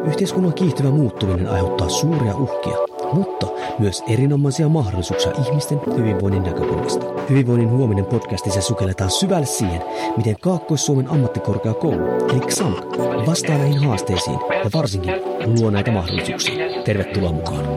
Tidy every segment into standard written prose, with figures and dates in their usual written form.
Yhteiskunnan kiihtyvä muuttuminen aiheuttaa suuria uhkia, mutta myös erinomaisia mahdollisuuksia ihmisten hyvinvoinnin näkökulmasta. Hyvinvoinnin huominen podcastissa sukelletaan syvälle siihen, miten Kaakkois-Suomen ammattikorkeakoulu, eli XAMK, vastaa näihin haasteisiin ja varsinkin luo näitä mahdollisuuksia. Tervetuloa mukaan!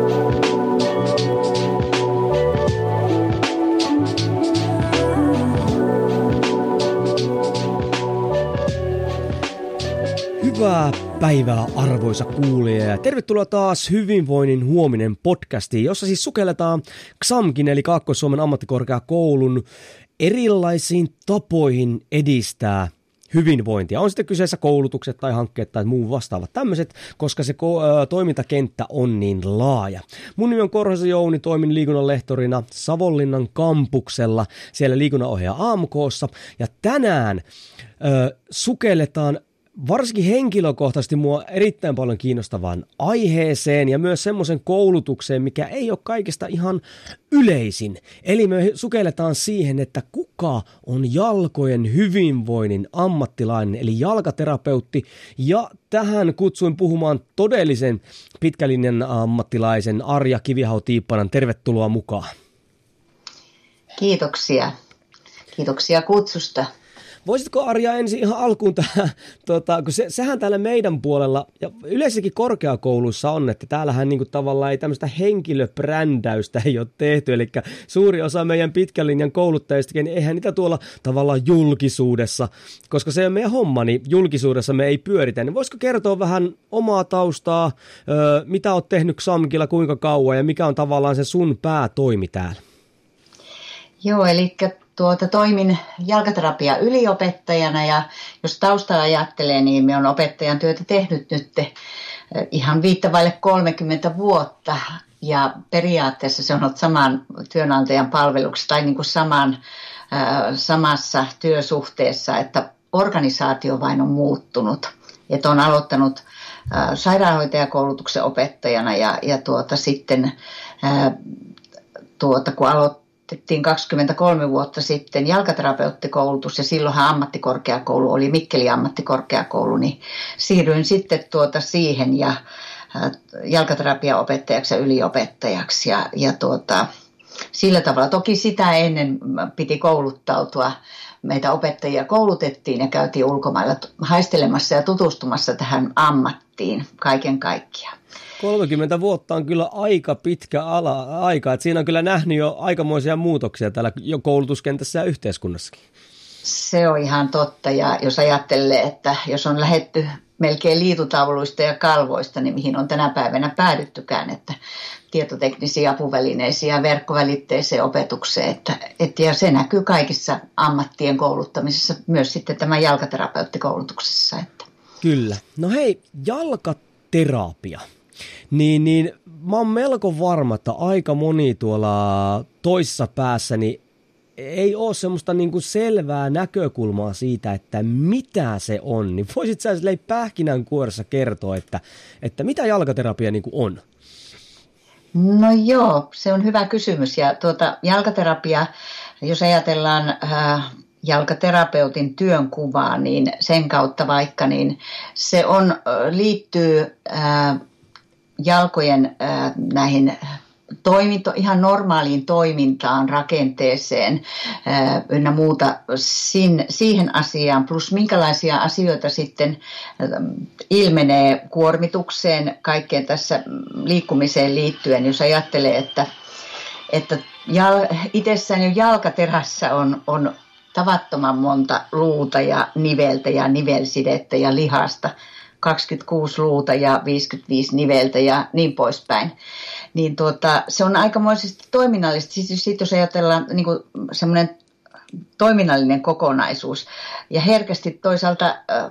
Hyvää päivää arvoisa kuulija ja tervetuloa taas Hyvinvoinnin huominen podcastiin, jossa siis sukelletaan XAMKin eli Kaakkois-Suomen ammattikorkeakoulun erilaisiin tapoihin edistää hyvinvointia. On sitten kyseessä koulutukset tai hankkeet tai muu vastaavat tämmöiset, koska se toimintakenttä on niin laaja. Mun nimi on Korhosen Jouni, toimin liikunnan lehtorina Savonlinnan kampuksella, siellä liikunnanohjaaja AMK:ssa ja tänään sukelletaan varsinkin henkilökohtaisesti mua erittäin paljon kiinnostavaan aiheeseen ja myös semmoisen koulutukseen, mikä ei ole kaikista ihan yleisin. Eli me sukelletaan siihen, että kuka on jalkojen hyvinvoinnin ammattilainen, eli jalkaterapeutti. Ja tähän kutsuin puhumaan todellisen pitkälinjan ammattilaisen Arja Kivihau-Tiippanan. Tervetuloa mukaan. Kiitoksia. Kiitoksia kutsusta. Voisitko Arja ensin ihan alkuun tähän, kun sehän täällä meidän puolella ja yleisestikin korkeakouluissa on, että täällähän niinku tavallaan ei tämmöistä henkilöbrändäystä ei ole tehty, eli suuri osa meidän pitkän linjan kouluttajistakin, niin eihän niitä tuolla tavallaan julkisuudessa, koska se on meidän homma, niin julkisuudessa me ei pyöritä. Niin voisiko kertoa vähän omaa taustaa, mitä olet tehnyt XAMKilla, kuinka kauan ja mikä on tavallaan se sun päätoimi täällä? Joo, eli toimin jalkaterapia yliopettajana ja jos taustalla ajattelee, niin minä olen opettajan työtä tehnyt nyt ihan 30 vuotta ja periaatteessa se on ollut saman työnantajan palveluksessa tai niin kuin samassa työsuhteessa, että organisaatio vain on muuttunut. Että olen aloittanut sairaanhoitajakoulutuksen opettajana ja sitten kun aloitettiin 23 vuotta sitten jalkaterapeuttikoulutus ja silloinhan ammattikorkeakoulu oli Mikkelin ammattikorkeakoulu, niin siirryin sitten siihen ja jalkaterapiaopettajaksi ja yliopettajaksi ja sillä tavalla. Toki sitä ennen piti kouluttautua. Meitä opettajia koulutettiin ja käytiin ulkomailla haistelemassa ja tutustumassa tähän ammattiin kaiken kaikkiaan. 30 vuotta on kyllä aika pitkä aika, että siinä on kyllä nähnyt jo aikamoisia muutoksia täällä jo koulutuskentässä ja yhteiskunnassakin. Se on ihan totta ja jos ajattelee, että jos on lähdetty melkein liitutauluista ja kalvoista, niin mihin on tänä päivänä päädyttykään, että tietoteknisiin apuvälineisiin ja verkkovälitteiseen opetukseen, ja se näkyy kaikissa ammattien kouluttamisessa, myös sitten tämän jalkaterapeuttikoulutuksessa. Kyllä. No hei, jalkaterapia. Niin mä oon melko varma, että aika moni tuolla toisessa päässäni ei ole semmoista niinku selvää näkökulmaa siitä, että mitä se on. Niin voisit sä pähkinänkuoressa kertoa, että mitä jalkaterapia niinku on? No joo, se on hyvä kysymys. Ja jalkaterapia, jos ajatellaan jalkaterapeutin työnkuvaa, niin sen kautta vaikka, niin se liittyy jalkojen näihin ihan normaaliin toimintaan, rakenteeseen ynnä muuta siihen asiaan, plus minkälaisia asioita sitten ilmenee kuormitukseen, kaikkeen tässä liikkumiseen liittyen, jos ajattelee, että itsessään jo jalkaterässä on tavattoman monta luuta ja niveltä ja nivelsidettä ja lihasta, 26 luuta ja 55 niveltä ja niin poispäin. Niin se on aikamoisesti toiminnallista, siis jos ajatellaan niin kuin semmoinen toiminnallinen kokonaisuus ja herkästi toisaalta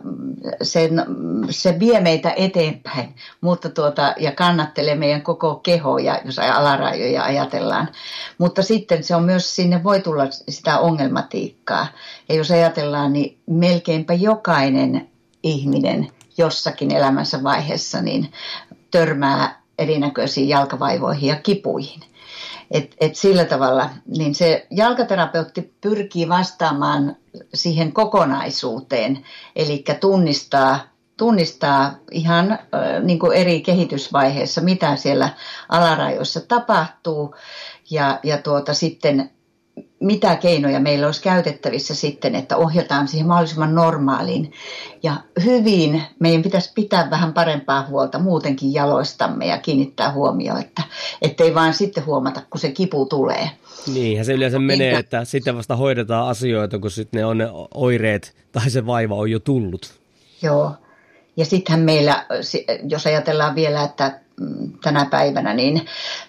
se vie meitä eteenpäin, mutta ja kannattelee meidän koko kehoa, jos alarajoja ajatellaan. Mutta sitten se on myös, sinne voi tulla sitä ongelmatiikkaa. Ja jos ajatellaan, niin melkeinpä jokainen ihminen jossakin elämänsä vaiheessa niin törmää erinäköisiin jalkavaivoihin ja kipuihin. Et sillä tavalla niin se jalkaterapeutti pyrkii vastaamaan siihen kokonaisuuteen, eli tunnistaa tunnistaa ihan niin kuin eri kehitysvaiheessa, mitä siellä alarajoissa tapahtuu ja sitten mitä keinoja meillä olisi käytettävissä sitten, että ohjataan siihen mahdollisimman normaaliin ja hyvin. Meidän pitäisi pitää vähän parempaa huolta muutenkin jaloistamme ja kiinnittää huomioon, ettei vaan sitten huomata, kun se kipu tulee. Niinhän se yleensä menee, että sitten vasta hoidetaan asioita, kun sitten ne on ne oireet tai se vaiva on jo tullut. Joo. Ja sittenhän meillä, jos ajatellaan vielä, että tänä päivänä, niin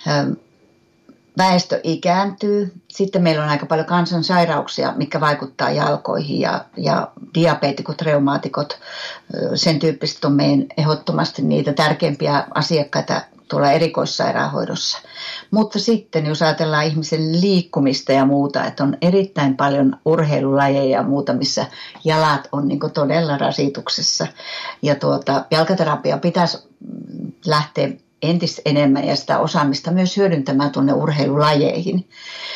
väestö ikääntyy. Sitten meillä on aika paljon kansansairauksia, mitkä vaikuttaa jalkoihin ja diabeetikot, reumaatikot, sen tyyppiset on meidän ehdottomasti niitä tärkeimpiä asiakkaita tuolla erikoissairaanhoidossa. Mutta sitten jos ajatellaan ihmisen liikkumista ja muuta, että on erittäin paljon urheilulajeja ja muuta, missä jalat on niin kuin todella rasituksessa. Ja jalkaterapia pitäisi lähteä entistä enemmän ja sitä osaamista myös hyödyntämään tuonne urheilulajeihin.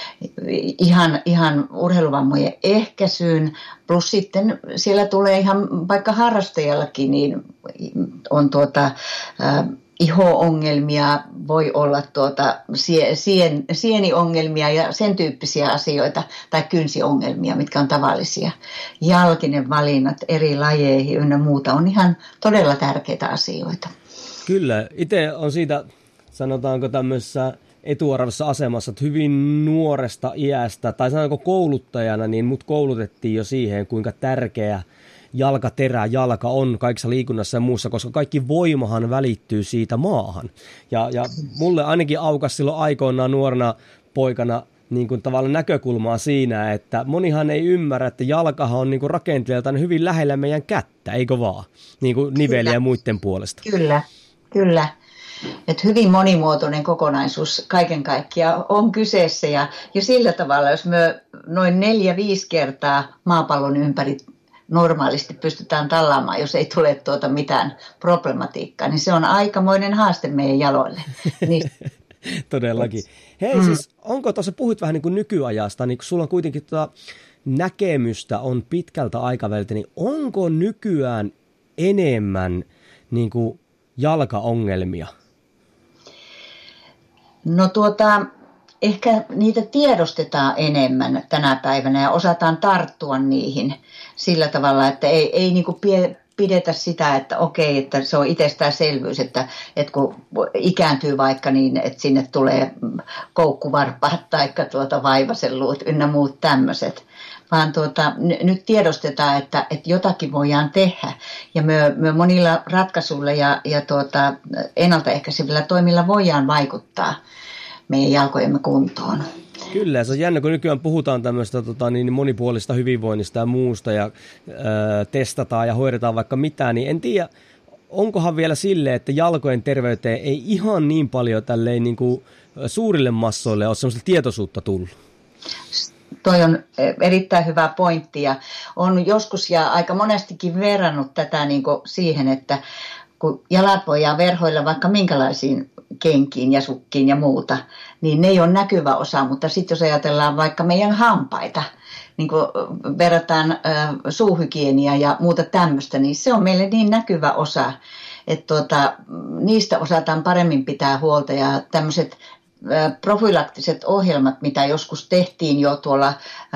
Ihan urheiluvammojen ehkäisyyn, plus sitten siellä tulee ihan vaikka harrastajallakin, niin on iho-ongelmia, voi olla sieniongelmia ja sen tyyppisiä asioita, tai kynsiongelmia, mitkä on tavallisia. Jalkinen valinnat eri lajeihin ynnä muuta on ihan todella tärkeitä asioita. Kyllä, itse on siitä, sanotaanko tämmöisessä etuarvoisessa asemassa, että hyvin nuoresta iästä, tai sanotaanko kouluttajana, niin mut koulutettiin jo siihen, kuinka tärkeä jalka on kaikessa liikunnassa ja muussa, koska kaikki voimahan välittyy siitä maahan. Ja mulle ainakin aukasi silloin aikoinaan nuorena poikana niin kuin tavallaan näkökulmaa siinä, että monihan ei ymmärrä, että jalkahan on niin kuin rakenteeltaan hyvin lähellä meidän kättä, eikö vaan? Niin kuin niveliä ja muiden puolesta. Kyllä. Että hyvin monimuotoinen kokonaisuus kaiken kaikkiaan on kyseessä ja sillä tavalla, jos me noin 4-5 kertaa maapallon ympäri normaalisti pystytään tallaamaan, jos ei tule mitään problematiikkaa, niin se on aikamoinen haaste meidän jaloille. Niin. Todellakin. Hei, siis onko tuossa, puhuit vähän niin kuin nykyajasta, niin kun sulla on kuitenkin näkemystä on pitkältä aikaväliltä, niin onko nykyään enemmän niin kuin jalkaongelmia? No ehkä niitä tiedostetaan enemmän tänä päivänä ja osataan tarttua niihin sillä tavalla, että ei niin kuin pidetä sitä, että okei, että se on itsestäänselvyys, että kun ikääntyy vaikka niin, että sinne tulee koukkuvarpaat tai vaivasenluut ynnä muut tämmöiset. Vaan nyt tiedostetaan, että jotakin voidaan tehdä ja me monilla ratkaisuilla ja ennaltaehkäisevillä toimilla voidaan vaikuttaa meidän jalkojemme kuntoon. Kyllä, se on jännä, kun nykyään puhutaan tämmöistä niin monipuolista hyvinvoinnista ja muusta ja testataan ja hoidetaan vaikka mitään, niin en tiedä, onkohan vielä silleen, että jalkojen terveyteen ei ihan niin paljon tälleen niin kuin suurille massoille ole semmoista tietoisuutta tullut. Toi on erittäin hyvä pointti ja on joskus ja aika monestikin verrannut tätä niin kuin siihen, että kun jalat voidaan verhoilla vaikka minkälaisiin kenkiin ja sukkiin ja muuta, niin ne ei ole näkyvä osa, mutta sitten jos ajatellaan vaikka meidän hampaita, niin kun verrataan suuhygienia ja muuta tämmöistä, niin se on meille niin näkyvä osa, että niistä osataan paremmin pitää huolta ja tämmöiset profylaktiset ohjelmat, mitä joskus tehtiin jo tuolla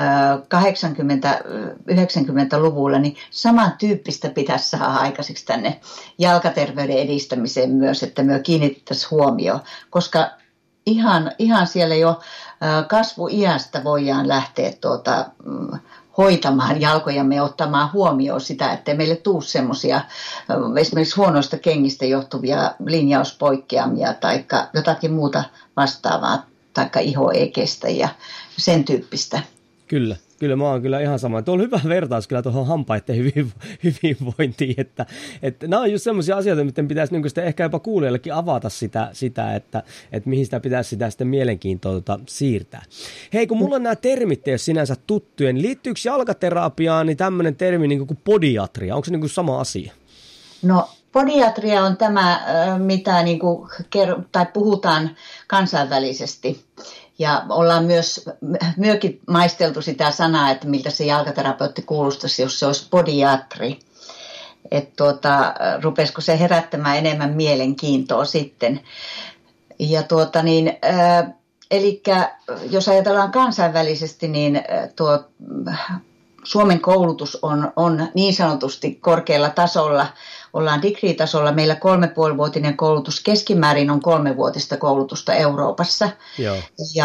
80-90-luvulla, niin samantyyppistä pitäisi saada aikaiseksi tänne jalkaterveyden edistämiseen myös, että me kiinnitettäisiin huomioon, koska ihan siellä jo kasvuiästä voidaan lähteä hoitamaan jalkojamme ja ottamaan huomioon sitä, ettei meille tule semmoisia esimerkiksi huonoista kengistä johtuvia linjauspoikkeamia tai jotakin muuta vastaavaa, tai iho ei kestä ja sen tyyppistä. Kyllä, mä oon kyllä ihan sama. Tuo on hyvä vertaus kyllä tuohon hampaiden hyvinvointiin, että nämä on just semmoisia asioita, miten pitäisi niin sitten ehkä jopa kuulijoillekin avata sitä että mihin sitä pitäisi sitä sitten mielenkiintoa siirtää. Hei, kun mulla on nämä termit, jos sinänsä tuttuja, niin liittyykö jalkaterapiaan niin tämmöinen termi niin kuin podiatria? Onko se niin kuin sama asia? No, podiatria on tämä, mitä niin kuin puhutaan kansainvälisesti. Ja ollaan myöskin maisteltu sitä sanaa, että miltä se jalkaterapeutti kuulostaisi, jos se olisi podiatri. rupesiko se herättämään enemmän mielenkiintoa sitten. Ja eli jos ajatellaan kansainvälisesti, niin Suomen koulutus on niin sanotusti korkealla tasolla. Ollaan degree-tasolla. Meillä 3,5-vuotinen koulutus keskimäärin on 3-vuotista koulutusta Euroopassa. Joo.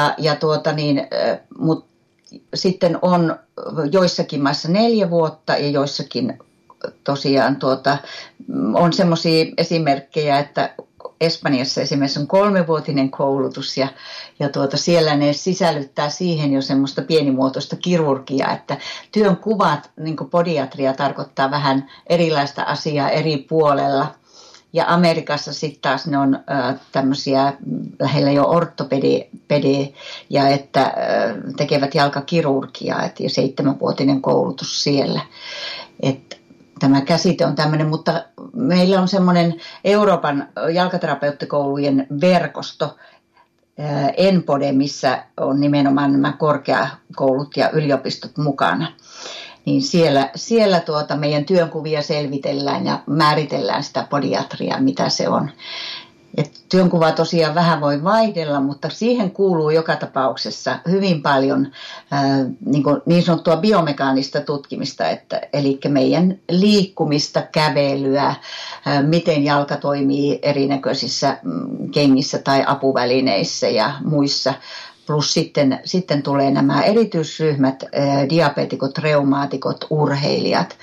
Mutta sitten on joissakin maissa 4 vuotta ja joissakin tosiaan on semmoisia esimerkkejä, että Espanjassa esimerkiksi on 3-vuotinen koulutus ja siellä ne sisällyttää siihen jo semmoista pienimuotoista kirurgiaa, että työn kuvat, niin kuin podiatria, tarkoittaa vähän erilaista asiaa eri puolella. Ja Amerikassa sitten taas ne on tämmöisiä lähellä jo ortopedi ja että tekevät jalkakirurgiaa, ja 7-vuotinen koulutus siellä. Että tämä käsite on tämmöinen, mutta meillä on semmoinen Euroopan jalkaterapeuttikoulujen verkosto, ENPODE, missä on nimenomaan nämä korkeakoulut ja yliopistot mukana. Niin siellä meidän työnkuvia selvitellään ja määritellään sitä podiatriaa, mitä se on. Et työnkuva tosiaan vähän voi vaihdella, mutta siihen kuuluu joka tapauksessa hyvin paljon niin sanottua biomekaanista tutkimista, eli meidän liikkumista, kävelyä, miten jalka toimii erinäköisissä kengissä tai apuvälineissä ja muissa. Plus sitten tulee nämä erityisryhmät, diabeetikot, reumaatikot, urheilijat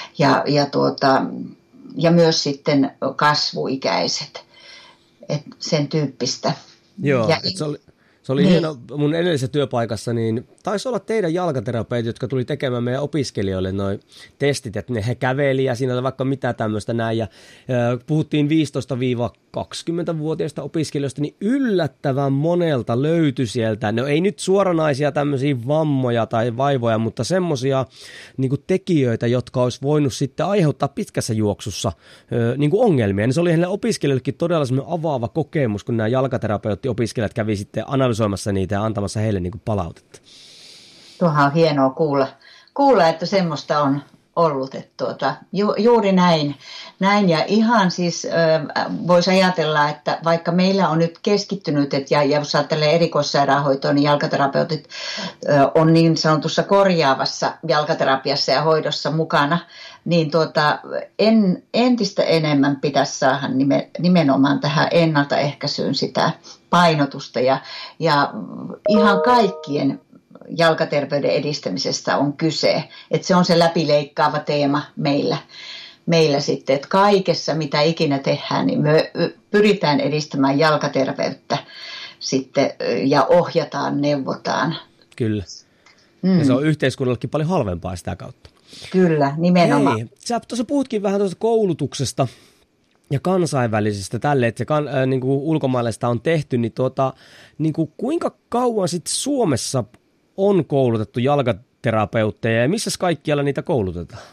ja myös sitten kasvuikäiset. Sen tyyppistä. Joo, se oli hieno mun edellisessä työpaikassa, niin taisi olla teidän jalkaterapeutit, jotka tuli tekemään meidän opiskelijoille noi testit, että he käveli ja siinä oli vaikka mitä tämmöistä näin, ja puhuttiin 15-20-vuotiaista opiskelijoista, niin yllättävän monelta löytyi sieltä, no ei nyt suoranaisia tämmöisiä vammoja tai vaivoja, mutta semmoisia niin tekijöitä, jotka olisi voinut sitten aiheuttaa pitkässä juoksussa niin ongelmia, niin se oli heille opiskelijoillekin todella semmoinen avaava kokemus, kun nämä jalkaterapeutti-opiskelijat kävi sitten analysoimassa niitä ja antamassa heille niin kuin palautetta. Tuohan on hienoa kuulla, että semmoista on ollut. Että juuri näin. Ja ihan siis voisi ajatella, että vaikka meillä on nyt keskittynyt, ja jos ajattelee erikoissairaanhoitoa, niin jalkaterapeutit on niin sanotussa korjaavassa jalkaterapiassa ja hoidossa mukana, niin entistä enemmän pitäisi saada nimenomaan tähän ennaltaehkäisyyn sitä painotusta ja ihan kaikkien jalkaterveyden edistämisestä on kyse. Että se on se läpileikkaava teema meillä sitten, että kaikessa mitä ikinä tehdään, niin me pyritään edistämään jalkaterveyttä sitten ja ohjataan, neuvotaan. Kyllä. Ja se on yhteiskunnallekin paljon halvempaa sitä kautta. Kyllä, nimenomaan. Hei, sä tuossa puhutkin vähän tuosta koulutuksesta ja kansainvälisestä tälle, että se niin kuin ulkomaalaista on tehty, niin, niin kuin kuinka kauan sitten Suomessa on koulutettu jalkaterapeutteja ja missä kaikkialla niitä koulutetaan?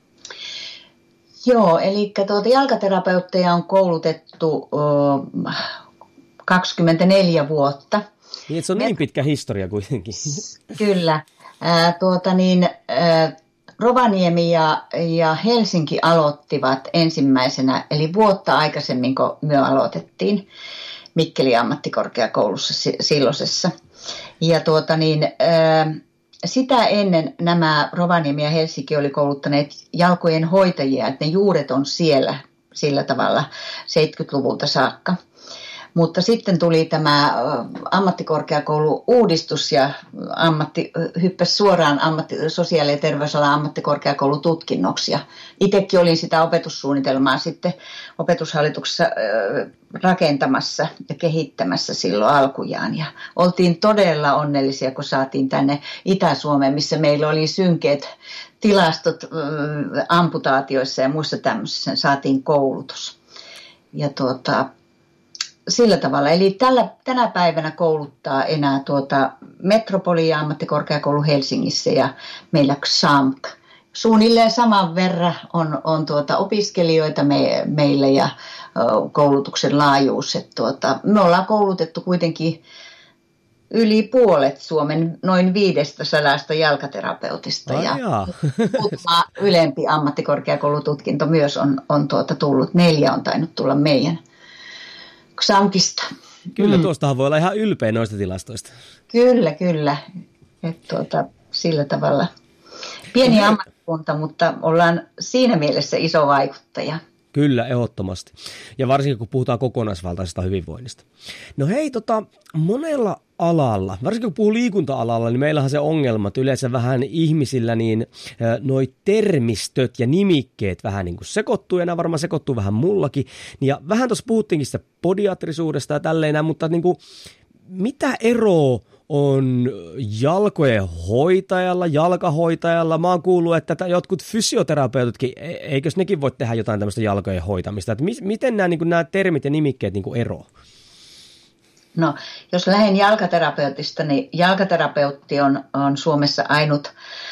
Joo, eli jalkaterapeutteja on koulutettu 24 vuotta. Niin, se on niin pitkä historia kuitenkin. Kyllä. Rovaniemi ja Helsinki aloittivat ensimmäisenä, eli vuotta aikaisemmin kun me aloitettiin Mikkelin ammattikorkeakoulussa silloisessa. Ja sitä ennen nämä Rovaniemi ja Helsinki oli kouluttaneet jalkojen hoitajia, että ne juuret on siellä sillä tavalla 70-luvulta saakka. Mutta sitten tuli tämä ammattikorkeakoulu-uudistus ja hyppäsi suoraan sosiaali- ja terveysalan ammattikorkeakoulututkinnoksi. Ja itsekin olin sitä opetussuunnitelmaa sitten opetushallituksessa rakentamassa ja kehittämässä silloin alkujaan. Ja oltiin todella onnellisia, kun saatiin tänne Itä-Suomeen, missä meillä oli synkeät tilastot amputaatioissa ja muissa tämmöisissä, saatiin koulutus. Ja sillä tavalla. Eli tänä päivänä kouluttaa enää Metropoli- ja ammattikorkeakoulu Helsingissä ja meillä XAMK. Suunnilleen saman verran on opiskelijoita meillä ja koulutuksen laajuus. Me ollaan koulutettu kuitenkin yli puolet Suomen noin 500 jalkaterapeutista ja muutama ylempi ammattikorkeakoulututkinto myös on tullut. 4 on tainnut tulla meidän XAMKista. Kyllä, tuostahan voi olla ihan ylpeä noista tilastoista. Kyllä. Sillä tavalla pieni ammattikunta, mutta ollaan siinä mielessä iso vaikuttaja. Kyllä, ehdottomasti. Ja varsinkin kun puhutaan kokonaisvaltaisesta hyvinvoinnista. No hei, monella alalla, varsinkin kun puhuu liikunta-alalla, niin meillähän se ongelma, että yleensä vähän ihmisillä niin noi termistöt ja nimikkeet vähän niin kuin sekoittuu, ja nämä varmaan sekoittuu vähän mullakin. Ja vähän tuossa puhuttiinkin sitä podiatrisuudesta ja tälleen, mutta niin kuin, mitä eroa on jalkojen hoitajalla, jalkahoitajalla? Mä oon kuullut, että jotkut fysioterapeutitkin, eikös nekin voi tehdä jotain tämmöistä jalkojen hoitamista? Että miten nämä termit ja nimikkeet niin eroavat? No, jos lähden jalkaterapeutista, niin jalkaterapeutti on Suomessa ainut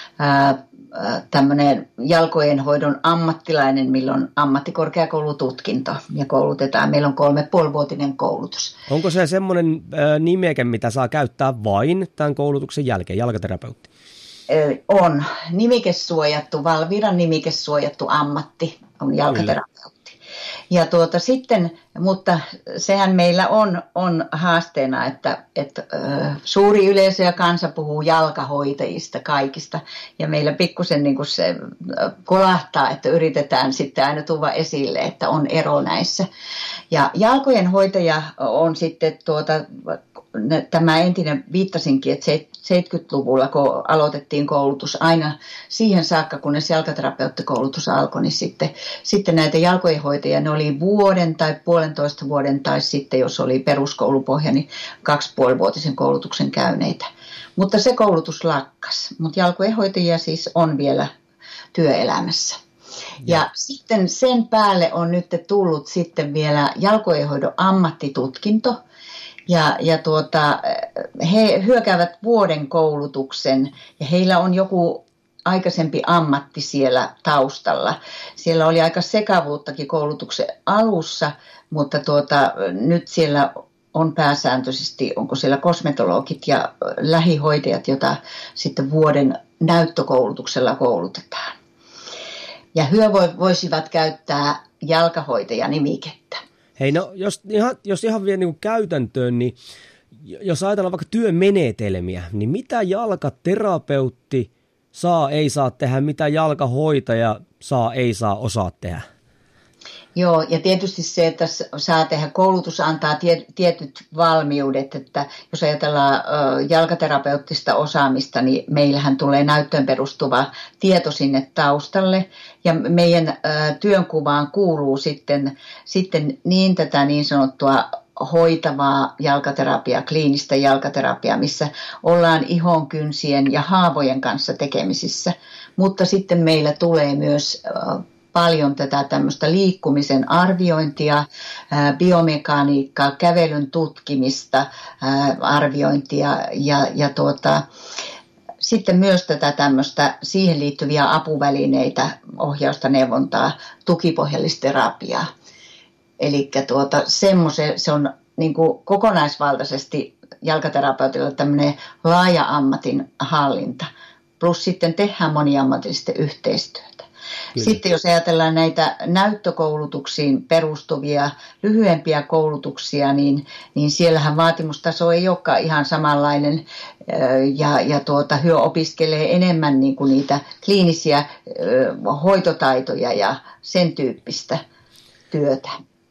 tämmöinen jalkojen hoidon ammattilainen, millä on ammattikorkeakoulututkinto ja koulutetaan. Meillä on 3,5-vuotinen koulutus. Onko se semmoinen nimeke, mitä saa käyttää vain tämän koulutuksen jälkeen, jalkaterapeutti? On. Nimikesuojattu, Valviran nimikesuojattu ammatti on jalkaterapeutti. Ja sitten, mutta sehän meillä on haasteena, että suuri yleisö ja kansa puhuu jalkahoitajista kaikista. Ja meillä pikkusen niin kuin se kolahtaa, että yritetään sitten aina tuoda esille, että on ero näissä. Ja jalkojen hoitaja on sitten tämä entinen, viittasinkin, että 70-luvulla, kun aloitettiin koulutus, aina siihen saakka, kunnes jalkaterapeuttikoulutus alkoi, niin sitten näitä jalkojenhoitajia, ne oli vuoden tai 1,5 vuoden, tai sitten jos oli peruskoulupohja, niin 2,5-vuotisen koulutuksen käyneitä. Mutta se koulutus lakkas, mutta jalkojenhoitajia siis on vielä työelämässä. Ja sitten sen päälle on nyt tullut sitten vielä jalkojenhoidon ammattitutkinto, ja he hyökäävät vuoden koulutuksen ja heillä on joku aikaisempi ammatti siellä taustalla. Siellä oli aika sekavuuttakin koulutuksen alussa, mutta nyt siellä on pääsääntöisesti, onko siellä kosmetologit ja lähihoitajat, jota sitten vuoden näyttökoulutuksella koulutetaan. Ja he voisivat käyttää jalkahoitajanimikettä. Hei, no jos ihan vielä niin käytäntöön, niin jos ajatellaan vaikka työmenetelmiä, niin mitä jalkaterapeutti ei saa tehdä, mitä jalkahoitaja ei osaa tehdä? Joo, ja tietysti se, että saa tehdä koulutus, antaa tietyt valmiudet, että jos ajatellaan jalkaterapeuttista osaamista, niin meillähän tulee näyttöön perustuva tieto sinne taustalle, ja meidän työnkuvaan kuuluu sitten niin tätä niin sanottua hoitavaa jalkaterapiaa, kliinistä jalkaterapiaa, missä ollaan ihon, kynsien ja haavojen kanssa tekemisissä, mutta sitten meillä tulee myös paljon tätä tämmöistä liikkumisen arviointia, biomekaniikkaa, kävelyn tutkimista, arviointia ja sitten myös tätä tämmöistä siihen liittyviä apuvälineitä, ohjausta, neuvontaa, tukipohjallisterapiaa. Eli se on niin kuin kokonaisvaltaisesti jalkaterapeutilla tämmöinen laaja ammatin hallinta, plus sitten tehdään moniammatillista yhteistyötä. Kyllä. Sitten jos ajatellaan näitä näyttökoulutuksiin perustuvia lyhyempiä koulutuksia, niin siellähän vaatimustaso ei olekaan ihan samanlainen ja hyö opiskelee enemmän niin kuin niitä kliinisiä hoitotaitoja ja sen tyyppistä työtä.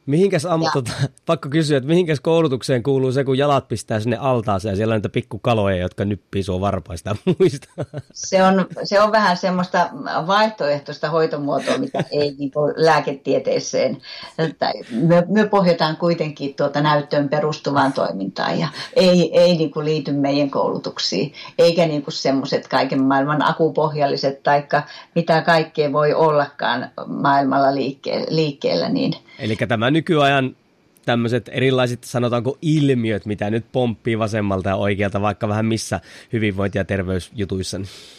Pakko kysyä, että mihinkäs koulutukseen kuuluu se, kun jalat pistää sinne altaaseen ja siellä on niitä pikkukaloja, jotka nyppii sua varpaista muista? Se on vähän semmoista vaihtoehtoista hoitomuotoa, mitä ei niin kuin lääketieteeseen. Me pohjataan kuitenkin näyttöön perustuvaan toimintaan ja ei niin kuin liity meidän koulutuksiin, eikä niin kuin semmoiset kaiken maailman akupohjalliset taikka mitä kaikkea voi ollakaan maailmalla liikkeellä. Niin. Eli tämä nykyajan tämmöiset erilaiset, sanotaanko ilmiöt, mitä nyt pomppii vasemmalta ja oikealta, vaikka vähän missä hyvinvointi- ja terveysjutuissa.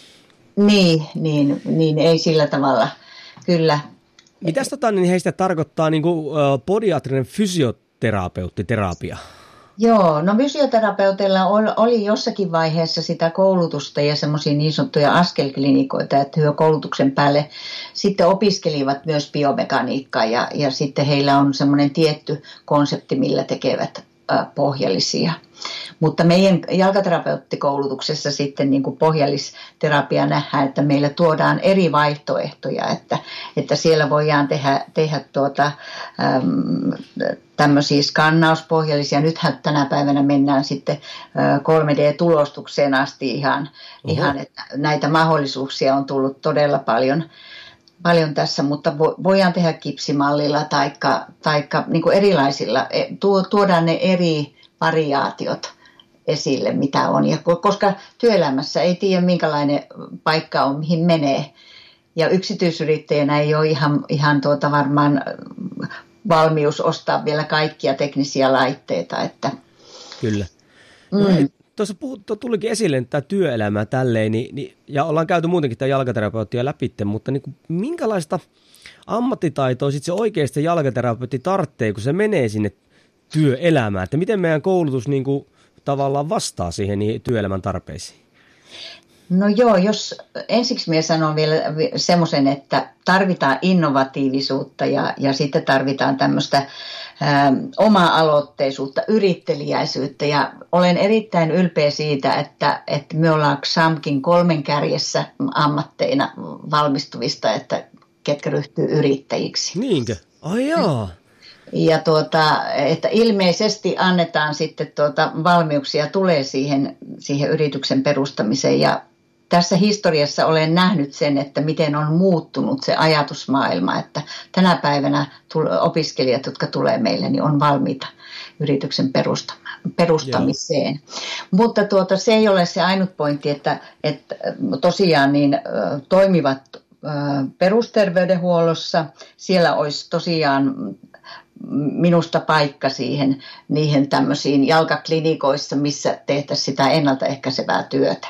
Niin, ei sillä tavalla, kyllä. Mitäs niin heistä tarkoittaa niin kuin podiatrinen fysioterapeuttiterapia? Joo, no fysioterapeuteilla oli jossakin vaiheessa sitä koulutusta ja semmoisia niin sanottuja askelklinikoita, että he koulutuksen päälle sitten opiskelivat myös biomekaniikkaa ja sitten heillä on semmoinen tietty konsepti, millä tekevät pohjallisia. Mutta meidän jalkaterapeuttikoulutuksessa sitten niin kuin pohjallisterapia nähdään, että meillä tuodaan eri vaihtoehtoja, että siellä voidaan tehdä tämmöisiä skannauspohjallisia. Nythän tänä päivänä mennään sitten 3D-tulostukseen asti ihan että näitä mahdollisuuksia on tullut todella paljon tässä, mutta voidaan tehdä kipsimallilla taikka niin kuin erilaisilla, tuodaan ne eri variaatiot esille, mitä on. Ja koska työelämässä ei tiedä, minkälainen paikka on, mihin menee. Ja yksityisyrittäjänä ei ole ihan varmaan valmius ostaa vielä kaikkia teknisiä laitteita. Että. Kyllä. Tuossa tulikin esille tämä työelämä tälleen, ja ollaan käyty muutenkin tämä jalkaterapeuttia läpi, mutta niin kuin, minkälaista ammattitaitoa sitten se oikeasti jalkaterapeutti tarvitsee, kun se menee sinne työelämään? Että miten meidän koulutus niin kuin, tavallaan vastaa siihen työelämän tarpeisiin? No joo, jos ensiksi minä sanon vielä semmoisen, että tarvitaan innovatiivisuutta ja sitten tarvitaan tämmöistä oma-aloitteisuutta, yritteliäisyyttä ja olen erittäin ylpeä siitä, että me ollaan XAMKin 3 kärjessä ammatteina valmistuvista, että ketkä ryhtyy yrittäjiksi. Niinkö? Ai jaa. Ja että ilmeisesti annetaan sitten valmiuksia tulee siihen yrityksen perustamiseen ja tässä historiassa olen nähnyt sen, että miten on muuttunut se ajatusmaailma, että tänä päivänä opiskelijat, jotka tulee meille, niin on valmiita yrityksen perustamiseen. Joo. Mutta se ei ole se ainut pointti, että tosiaan niin toimivat perusterveydenhuollossa, siellä olisi tosiaan minusta paikka niihin tämmöisiin jalkaklinikoissa, missä tehtäisiin sitä ennaltaehkäisevää työtä.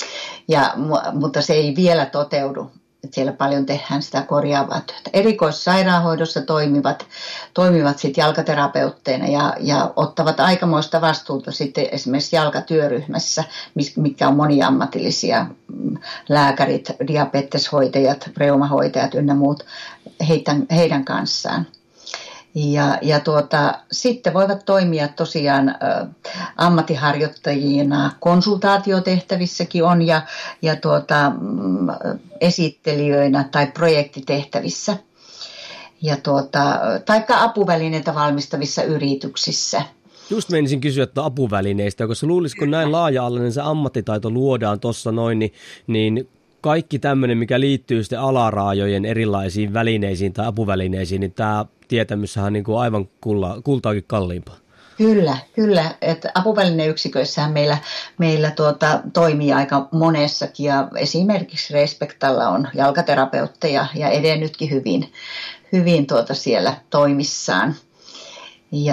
Mutta se ei vielä toteudu, että siellä paljon tehdään sitä korjaavaa työtä. Erikoissairaanhoidossa toimivat sitten jalkaterapeutteina ja ottavat aikamoista vastuuta sitten esimerkiksi jalkatyöryhmässä, mitkä on moniammatillisia lääkärit, diabeteshoitajat, reumahoitajat ynnä muut heidän kanssaan. Sitten voivat toimia tosiaan ammattiharjoittajina, konsultaatiotehtävissäkin on ja esittelijöinä tai projektitehtävissä taikka apuvälineitä valmistavissa yrityksissä. Just menisin kysyä apuvälineistä, koska luulisiko näin laaja-alainen se ammattitaito luodaan tuossa noin, niin kaikki tämmöinen, mikä liittyy sitten alaraajojen erilaisiin välineisiin tai apuvälineisiin, niin tämä tietämyssähän on niin kuin aivan kultaakin kalliimpaa. Kyllä. Että apuvälineyksiköissähän meillä toimii aika monessakin ja esimerkiksi Respektalla on jalkaterapeutteja ja edennytkin hyvin siellä toimissaan. Ja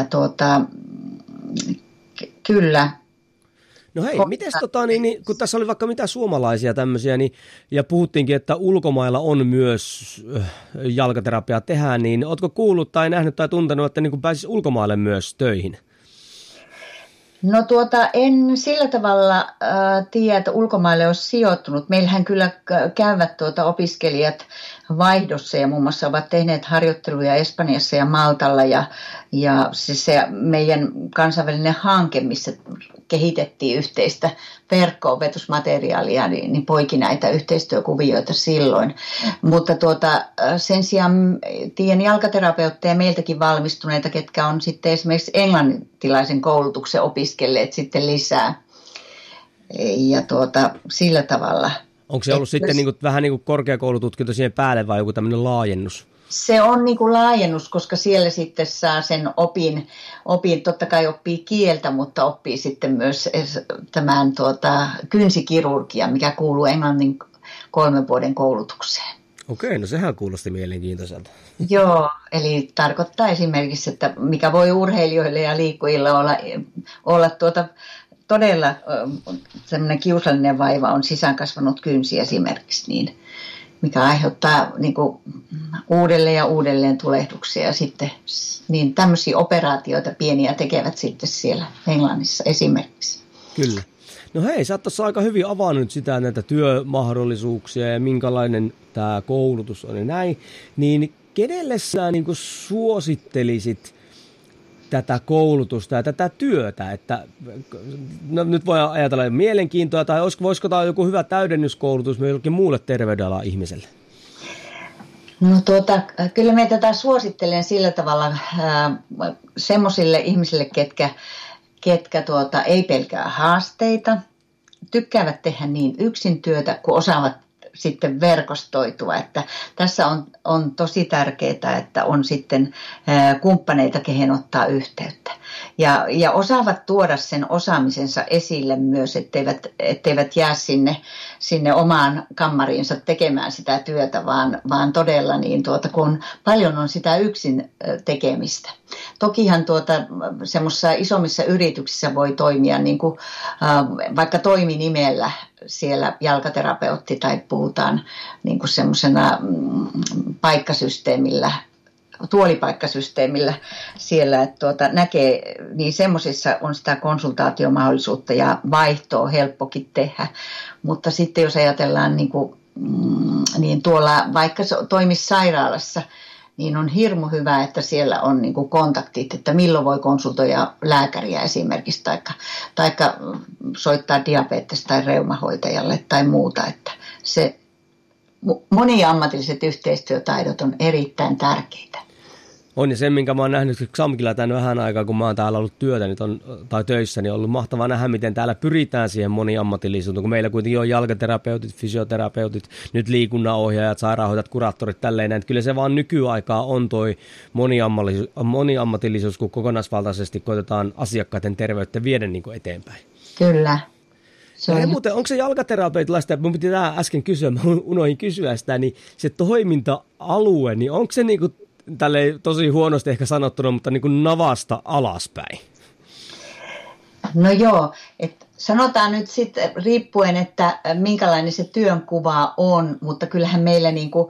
kyllä. No hei, mites kun tässä oli vaikka mitä suomalaisia tämmöisiä, niin, ja puhuttiinkin, että ulkomailla on myös jalkaterapiaa tehdään, niin ootko kuullut tai nähnyt tai tuntenut, että niin pääsisi ulkomaille myös töihin? No en sillä tavalla tiedä, että ulkomaille olisi sijoittunut. Meillähän kyllä käyvät opiskelijat vaihdossa ja muun muassa ovat tehneet harjoitteluja Espanjassa ja Maltalla ja se meidän kansainvälinen hanke, missä kehitettiin yhteistä verkko-opetusmateriaalia, niin poiki näitä yhteistyökuvioita silloin. Mutta sen sijaan tiedän jalkaterapeutteja meiltäkin valmistuneita, ketkä on sitten esimerkiksi englantilaisen koulutuksen opiskelleet sitten lisää. Ja sillä tavalla. Onko se ollut sitten vähän niin kuin korkeakoulututkinto siihen päälle vai joku tämmöinen laajennus? Se on niin kuin laajennus, koska siellä sitten saa sen opin, totta kai oppii kieltä, mutta oppii sitten myös tämän kynsikirurgia, mikä kuuluu englannin 3 vuoden koulutukseen. Okei, no sehän kuulosti mielenkiintoiselta. Joo, eli tarkoittaa esimerkiksi, että mikä voi urheilijoille ja liikkujilla olla todella semmoinen kiusallinen vaiva on sisäänkasvanut kynsi esimerkiksi, mikä aiheuttaa niin kuin uudelleen ja uudelleen tulehduksia. Ja sitten niin tämmöisiä operaatioita pieniä tekevät sitten siellä Englannissa esimerkiksi. Kyllä. No hei, sä oot tuossa aika hyvin avannut sitä näitä työmahdollisuuksia ja minkälainen tämä koulutus on ja näin. Niin kenelle sä niin kuin suosittelisit tätä koulutusta ja tätä työtä? Että, no, nyt voi ajatella mielenkiintoa, tai voisiko tämä joku hyvä täydennyskoulutus myös jollekin muulle terveydenalan ihmiselle? No kyllä me tätä suosittelen sillä tavalla semmoisille ihmisille, ketkä ei pelkää haasteita, tykkäävät tehdä niin yksin työtä, kun osaavat sitten verkostoitua. Että tässä on tosi tärkeää, että on sitten kumppaneita, kehen ottaa yhteyttä. Ja osaavat tuoda sen osaamisensa esille myös, etteivät jää sinne omaan kammariinsa tekemään sitä työtä, vaan todella niin kun paljon on sitä yksin tekemistä. Tokihan semmoisissa isommissa yrityksissä voi toimia niin kuin, vaikka toiminimellä siellä jalkaterapeutti tai puhutaan niin kuin semmoisena paikkasysteemillä, tuolipaikkasysteemillä siellä, että näkee, niin semmoisissa on sitä konsultaatiomahdollisuutta ja vaihtoa helppokin tehdä. Mutta sitten jos ajatellaan niin tuolla vaikka toimisi sairaalassa, niin on hirmu hyvä, että siellä on niin kuin kontaktit, että milloin voi konsultoida lääkäriä esimerkiksi, taikka soittaa diabetes- tai reumahoitajalle tai muuta. Että se moniammatilliset yhteistyötaidot on erittäin tärkeitä. On, ja sen, minkä mä oon nähnyt XAMKilla tämän vähän aikaa, kun mä oon täällä ollut töissä, niin on ollut mahtavaa nähdä, miten täällä pyritään siihen moniammatillisuuteen, kun meillä kuitenkin on jalkaterapeutit, fysioterapeutit, nyt liikunnanohjaajat, sairaanhoitajat, kuraattorit, tälleen näin. Kyllä se vaan nykyaikaa on toi moniammatillisuus, kun kokonaisvaltaisesti koitetaan asiakkaiden terveyttä viedä niin kuin eteenpäin. Kyllä. Muuten, onko se jalkaterapeutilaista, mun piti tämä äsken kysyä, mä unohdin kysyä sitä, niin se toiminta-alue, niin onko se niin kuin tälleen tosi huonosti ehkä sanottuna, mutta niin kuin navasta alaspäin? No joo, että sanotaan nyt sitten riippuen, että minkälainen se työnkuva on, mutta kyllähän meillä niin kuin,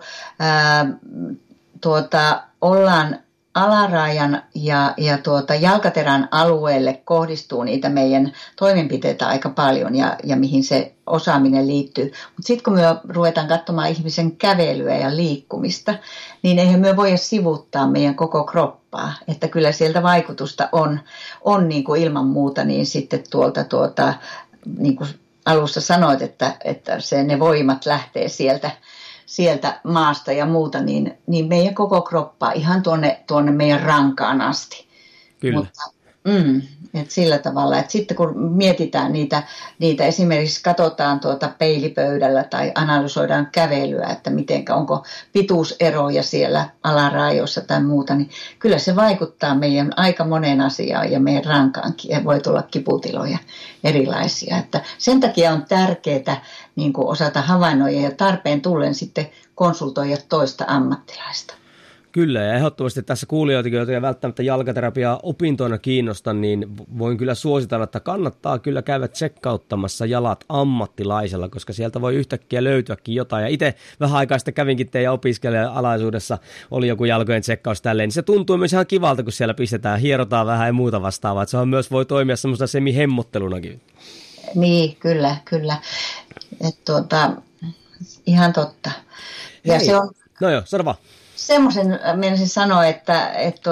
ollaan alarajan ja jalkaterän alueelle kohdistuu niitä meidän toimenpiteitä aika paljon ja mihin se osaaminen liittyy. Mutta sitten kun me ruvetaan katsomaan ihmisen kävelyä ja liikkumista, niin eihän me voida sivuuttaa meidän koko kroppaa. Että kyllä sieltä vaikutusta on niin kuin ilman muuta, niin sitten niin kuin alussa sanoit, että ne voimat lähtee sieltä maasta ja muuta, niin meidän koko kroppaa ihan tuonne meidän rankaan asti. Kyllä. Mutta, et sillä tavalla, että sitten kun mietitään niitä esimerkiksi katsotaan peilipöydällä tai analysoidaan kävelyä, että onko pituuseroja siellä alarajoissa tai muuta, niin kyllä se vaikuttaa meidän aika moneen asiaan ja meidän rankaankin ja voi tulla kiputiloja erilaisia. Että sen takia on tärkeää niin kuin osata havainnoida ja tarpeen tullen sitten konsultoida toista ammattilaista. Kyllä, ja ehdottomasti tässä kuulijoitakin, joita ei välttämättä jalkaterapiaa opintoina kiinnosta, niin voin kyllä suositella, että kannattaa kyllä käydä tsekkauttamassa jalat ammattilaisella, koska sieltä voi yhtäkkiä löytyäkin jotain. Ja itse vähän aikaa sitten kävinkin teidän opiskelijan-alaisuudessa, oli joku jalkojen tsekkaus tälleen, niin se tuntuu myös ihan kivalta, kun siellä pistetään, hierotaan vähän ja muuta vastaavaa. Että se on myös voi toimia semmoista semihemmottelunakin. Niin, kyllä. Että ihan totta. Ja hei. se on... No joo, sano vaan. Semmoisen menisin sanoa, että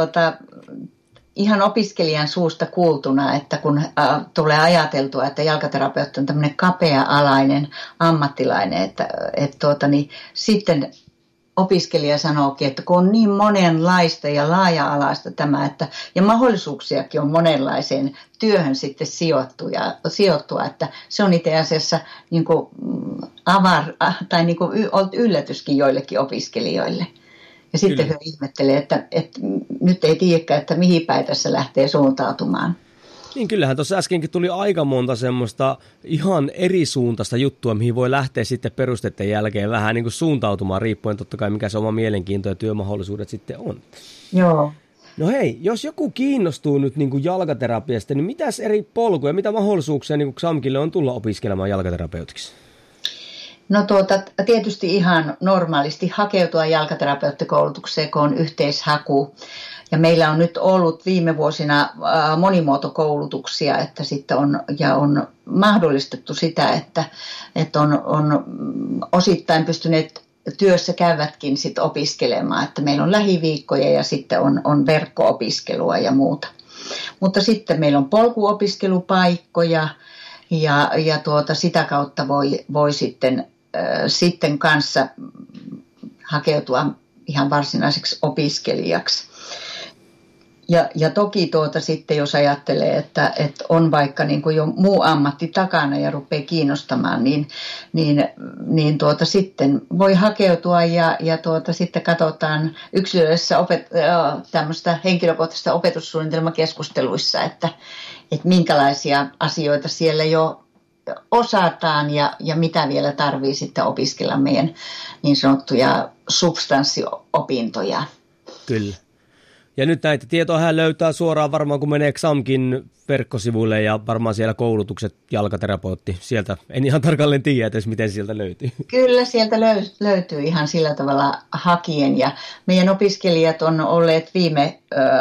ihan opiskelijan suusta kuultuna, että kun tulee ajateltua, että jalkaterapeutti on tämmöinen kapea-alainen ammattilainen, niin sitten opiskelija sanookin, että kun on niin monenlaista ja laaja-alaista tämä, ja mahdollisuuksiakin on monenlaiseen työhön sitten sijoittua, että se on itse asiassa niin kuin tai niin kuin yllätyskin joillekin opiskelijoille. Ja sitten he ihmettelee, että nyt ei tiedäkään, että mihin päin tässä lähtee suuntautumaan. Niin kyllähän tuossa äskenkin tuli aika monta semmoista ihan eri suuntaista juttua, mihin voi lähteä sitten perusteiden jälkeen vähän niin kuin suuntautumaan, riippuen totta kai mikä se oma mielenkiinto ja työmahdollisuudet sitten on. Joo. No hei, jos joku kiinnostuu nyt niin kuin jalkaterapiasta, niin mitäs eri polkuja, mitä mahdollisuuksia niin kuin XAMKille on tulla opiskelemaan jalkaterapeutiksi? No tietysti ihan normaalisti hakeutua jalkaterapeuttikoulutukseen, kun on yhteishaku. Ja meillä on nyt ollut viime vuosina monimuotokoulutuksia, että sitten on mahdollistettu sitä, että on osittain pystyneet työssä käyvätkin sit opiskelemaan, että meillä on lähiviikkoja ja sitten on verkko-opiskelua ja muuta. Mutta sitten meillä on polkuopiskelupaikkoja ja sitä kautta voi sitten kanssa hakeutua ihan varsinaiseksi opiskelijaksi. Ja toki sitten, jos ajattelee, että on vaikka niin kuin jo muu ammatti takana ja rupeaa kiinnostamaan, niin sitten voi hakeutua ja sitten katsotaan yksilöllisissä tämmöistä henkilökohtaista opetussuunnitelmakeskusteluissa, että minkälaisia asioita siellä jo osataan ja mitä vielä tarvii sitten opiskella meidän niin sanottuja substanssiopintoja. Kyllä. Ja nyt näitä tietoja hän löytää suoraan varmaan, kun menee XAMKin verkkosivuille ja varmaan siellä koulutukset jalkaterapeutti. Sieltä en ihan tarkalleen tiedä edes, miten sieltä löytyy. Kyllä sieltä löytyy ihan sillä tavalla hakien. Ja meidän opiskelijat on olleet viime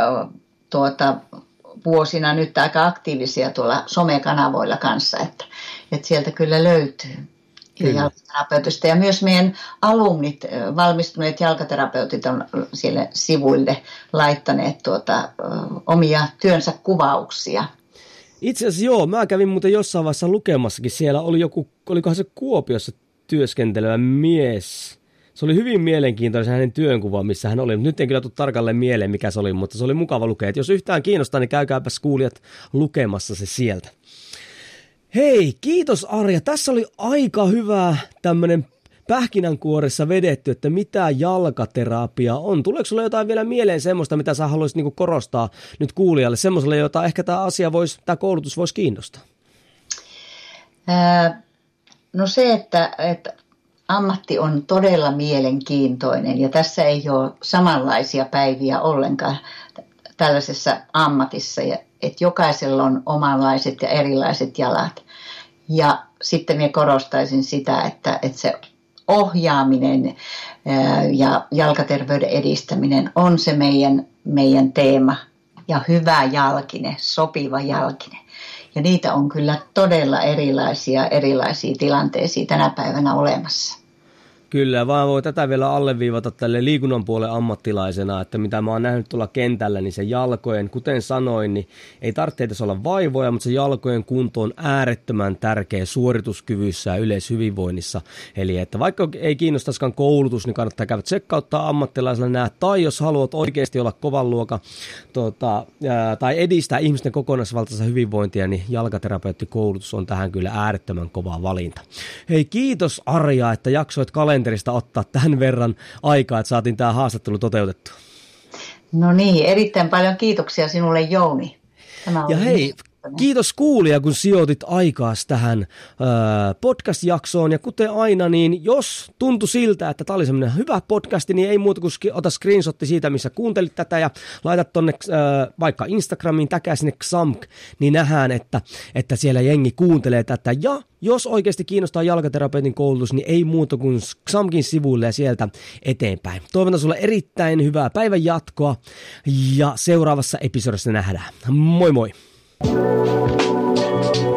vuosina nyt aika aktiivisia tuolla somekanavoilla kanssa, että sieltä kyllä löytyy. Jalkaterapeutista. Ja myös meidän alumnit, valmistuneet jalkaterapeutit on siellä sivuille laittaneet omia työnsä kuvauksia. Itse asiassa joo, mä kävin muuten jossain vaiheessa lukemassakin. Siellä oli olikohan se Kuopiossa työskentelevä mies. Se oli hyvin mielenkiintoinen hänen työnkuva, missä hän oli. Nyt en kyllä tule tarkalleen mieleen, mikä se oli, mutta se oli mukava lukea. Et jos yhtään kiinnostaa, niin käykääpäs kuulijat lukemassa se sieltä. Hei, kiitos Arja. Tässä oli aika hyvä tämmöinen pähkinänkuoressa vedetty, että mitä jalkaterapia on. Tuleeko sulle jotain vielä mieleen semmoista, mitä sä haluaisit niinku korostaa nyt kuulijalle, semmoiselle, jota ehkä tämä koulutus voisi kiinnostaa? No se, että ammatti on todella mielenkiintoinen ja tässä ei ole samanlaisia päiviä ollenkaan tällaisessa ammatissa, että jokaisella on omanlaiset ja erilaiset jalat. Ja sitten minä korostaisin sitä, että se ohjaaminen ja jalkaterveyden edistäminen on se meidän teema ja hyvä jalkine, sopiva jalkine. Ja niitä on kyllä todella erilaisia tilanteisia tänä päivänä olemassa. Kyllä, vaan voi tätä vielä alleviivata tälle liikunnan puolen ammattilaisena, että mitä mä oon nähnyt tuolla kentällä, niin se jalkojen, kuten sanoin, niin ei tarvitse edes olla vaivoja, mutta se jalkojen kunto on äärettömän tärkeä suorituskyvyssä ja yleishyvinvoinnissa. Eli että vaikka ei kiinnostaisikaan koulutus, niin kannattaa käydä tsekkauttaa ammattilaisella nämä, tai jos haluat oikeasti olla kovan luokan tai edistää ihmisten kokonaisvaltaista hyvinvointia, niin jalkaterapeuttikoulutus on tähän kyllä äärettömän kova valinta. Hei, kiitos Arja, että jaksoit kalenterista ottaa tämän verran aikaa, että saatiin tämä haastattelu toteutettua. No niin, erittäin paljon kiitoksia sinulle, Jouni. Ja hei, kiitos kuulija, kun sijoitit aikaas tähän podcast-jaksoon. Ja kuten aina, niin jos tuntui siltä, että tämä oli semmoinen hyvä podcasti, niin ei muuta kuin ota screenshotti siitä, missä kuuntelit tätä ja laita tonne vaikka Instagramiin, täkää sinne XAMK, niin nähdään, että siellä jengi kuuntelee tätä. Ja jos oikeasti kiinnostaa jalkaterapeutin koulutus, niin ei muuta kuin XAMKin sivuille ja sieltä eteenpäin. Toivotan sulle erittäin hyvää päivän jatkoa ja seuraavassa episodissa nähdään. Moi moi!